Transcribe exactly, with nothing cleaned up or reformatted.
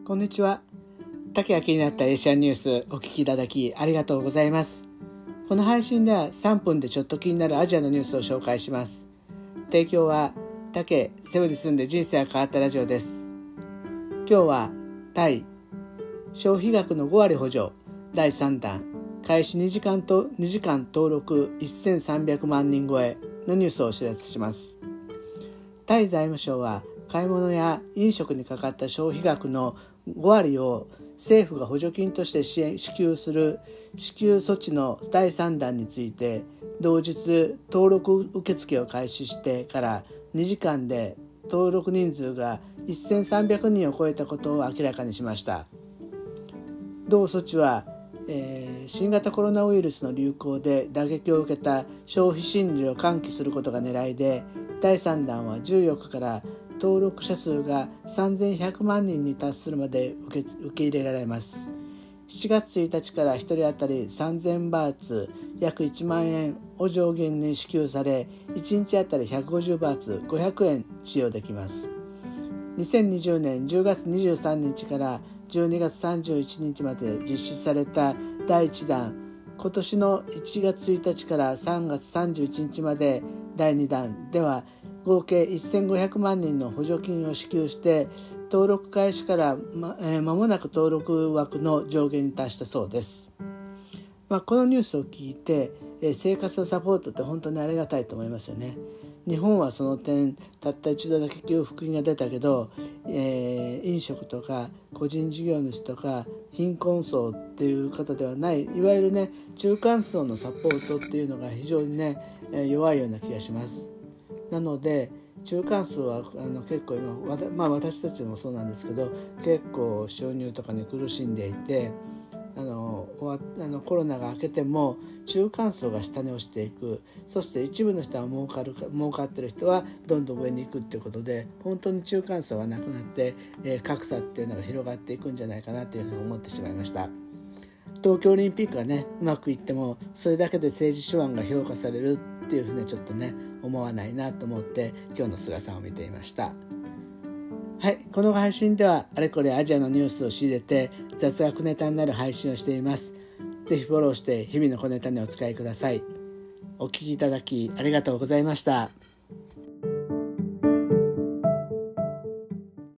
こんにちは。竹が気になったエイシャンニュースお聞きいただきありがとうございます。この配信ではさんぷんでちょっと気になるアジアのニュースを紹介します。提供は竹セブンに住んで人生が変わったラジオです。今日はタイ消費額のごわり補助だいさんだん開始にじかんとにじかん登録せんさんびゃくまんにん超えのニュースをお知らせします。タイ財務省は買い物や飲食にかかった消費額のごわりを政府が補助金として支援支給する支給措置のだいさんだんについて同日登録受付を開始してからにじかんで登録人数がせんさんびゃくにんを超えたことを明らかにしました。同措置は、えー、新型コロナウイルスの流行で打撃を受けた消費心理を喚起することが狙いで、だいさんだんはじゅうよっかから登録者数がさんぜんひゃくまんにんに達するまで受け、受け入れられます。しちがつついたちからひとり当たりさんぜんバーツ約いちまんえんを上限に支給され、いちにちあたりひゃくごじゅうバーツごひゃくえん使用できます。にせんにじゅうねんじゅうがつにじゅうさんにちからじゅうにがつさんじゅういちにちまで実施されただいいちだん、今年のいちがつついたちからさんがつさんじゅういちにちまでだいにだんでは合計せんごひゃくまんにんの補助金を支給して登録開始からま、えー、間もなく登録枠の上限に達したそうです。まあ、このニュースを聞いて、えー、生活のサポートって本当にありがたいと思いますよね。日本はその点たった一度だけ給付金が出たけど、えー、飲食とか個人事業主とか貧困層っていう方ではないいわゆるね中間層のサポートっていうのが非常にね、えー、弱いような気がします。なので中間層はあの結構今、まあ、私たちもそうなんですけど結構収入とかに苦しんでいて、あのあのコロナが明けても中間層が下に落ちていく、そして一部の人は儲かる儲かってる人はどんどん上に行くっていうことで本当に中間層はなくなって、えー、格差っていうのが広がっていくんじゃないかなというふうに思ってしまいました。東京オリンピックがねうまくいってもそれだけで政治手腕が評価されるっていうふうにちょっとね思わないなと思って今日の菅さんを見ていました。はい、この配信ではあれこれアジアのニュースを仕入れて雑学ネタになる配信をしています。ぜひフォローして日々の小ネタにお使いください。お聞きいただきありがとうございました。